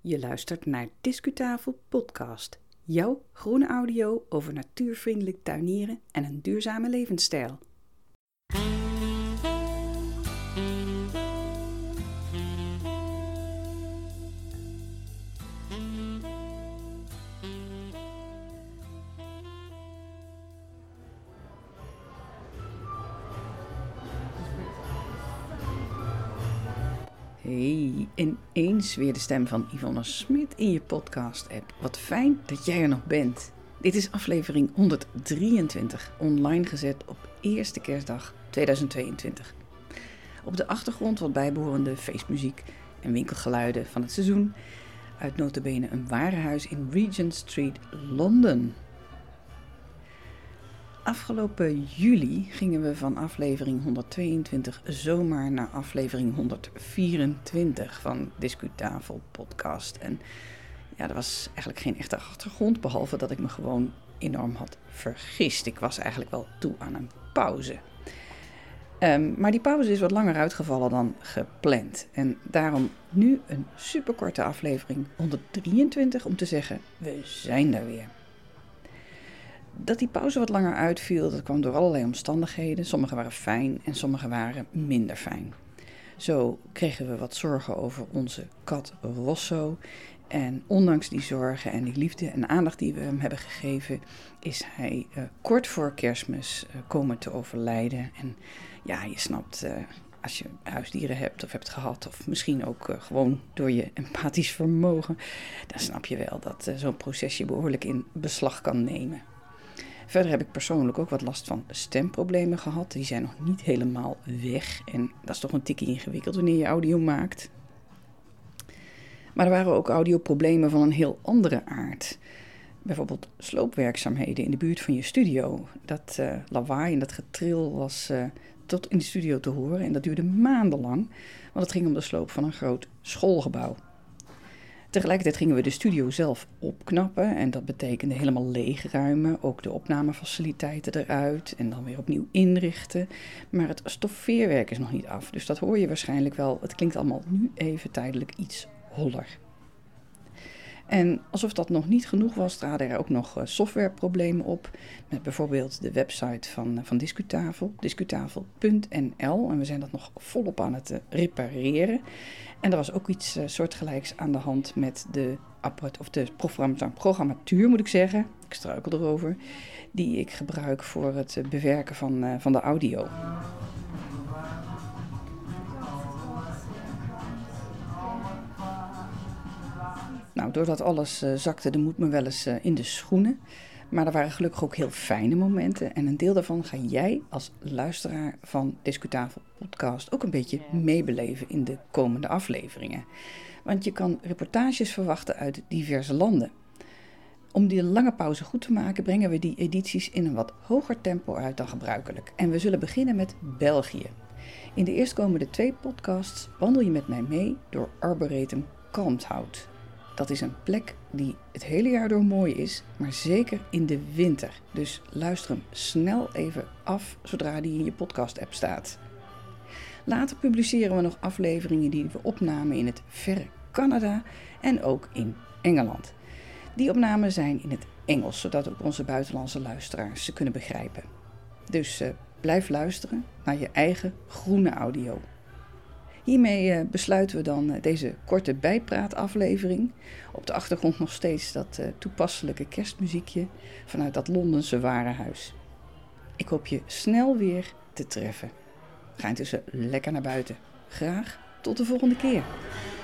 Je luistert naar Discutafel Podcast. Jouw groene audio over natuurvriendelijk tuinieren en een duurzame levensstijl. Hey, ineens weer de stem van Yvonne Smit in je podcast-app. Wat fijn dat jij er nog bent. Dit is aflevering 123, online gezet op eerste kerstdag 2022. Op de achtergrond wat bijbehorende feestmuziek en winkelgeluiden van het seizoen uit nota bene een warenhuis in Regent Street, Londen. Afgelopen juli gingen we van aflevering 122 zomaar naar aflevering 124 van Discutafel podcast. En ja, er was eigenlijk geen echte achtergrond, behalve dat ik me gewoon enorm had vergist. Ik was eigenlijk wel toe aan een pauze. Maar die pauze is wat langer uitgevallen dan gepland. En daarom nu een superkorte aflevering 123 om te zeggen, we zijn daar weer. Dat die pauze wat langer uitviel, dat kwam door allerlei omstandigheden. Sommige waren fijn en sommige waren minder fijn. Zo kregen we wat zorgen over onze kat Rosso. En ondanks die zorgen en die liefde en aandacht die we hem hebben gegeven, is hij kort voor Kerstmis komen te overlijden. En ja, je snapt, als je huisdieren hebt of hebt gehad, of misschien ook gewoon door je empathisch vermogen, dan snap je wel dat zo'n procesje behoorlijk in beslag kan nemen. Verder heb ik persoonlijk ook wat last van stemproblemen gehad. Die zijn nog niet helemaal weg. En dat is toch een tikje ingewikkeld wanneer je audio maakt. Maar er waren ook audioproblemen van een heel andere aard. Bijvoorbeeld sloopwerkzaamheden in de buurt van je studio. Dat lawaai en dat getril was tot in de studio te horen. En dat duurde maandenlang. Want het ging om de sloop van een groot schoolgebouw. Tegelijkertijd gingen we de studio zelf opknappen en dat betekende helemaal leegruimen, ook de opnamefaciliteiten eruit en dan weer opnieuw inrichten. Maar het stoffeerwerk is nog niet af, dus dat hoor je waarschijnlijk wel. Het klinkt allemaal nu even tijdelijk iets holler. En alsof dat nog niet genoeg was, traden er ook nog softwareproblemen op. Met bijvoorbeeld de website van Discutafel, discutafel.nl. En we zijn dat nog volop aan het repareren. En er was ook iets soortgelijks aan de hand met de programmatuur, moet ik zeggen. Ik struikel erover. Die ik gebruik voor het bewerken van de audio. Nou, doordat alles zakte, de moed me wel eens in de schoenen. Maar er waren gelukkig ook heel fijne momenten. En een deel daarvan ga jij als luisteraar van Discutafel podcast ook een beetje meebeleven in de komende afleveringen. Want je kan reportages verwachten uit diverse landen. Om die lange pauze goed te maken, brengen we die edities in een wat hoger tempo uit dan gebruikelijk. En we zullen beginnen met België. In de eerstkomende 2 podcasts wandel je met mij mee door Arboretum Kalmthout. Dat is een plek die het hele jaar door mooi is, maar zeker in de winter. Dus luister hem snel even af zodra die in je podcast-app staat. Later publiceren we nog afleveringen die we opnamen in het verre Canada en ook in Engeland. Die opnamen zijn in het Engels, zodat ook onze buitenlandse luisteraars ze kunnen begrijpen. Dus blijf luisteren naar je eigen groene audio. Hiermee besluiten we dan deze korte bijpraataflevering. Op de achtergrond nog steeds dat toepasselijke kerstmuziekje vanuit dat Londense warenhuis. Ik hoop je snel weer te treffen. Ga intussen lekker naar buiten. Graag tot de volgende keer.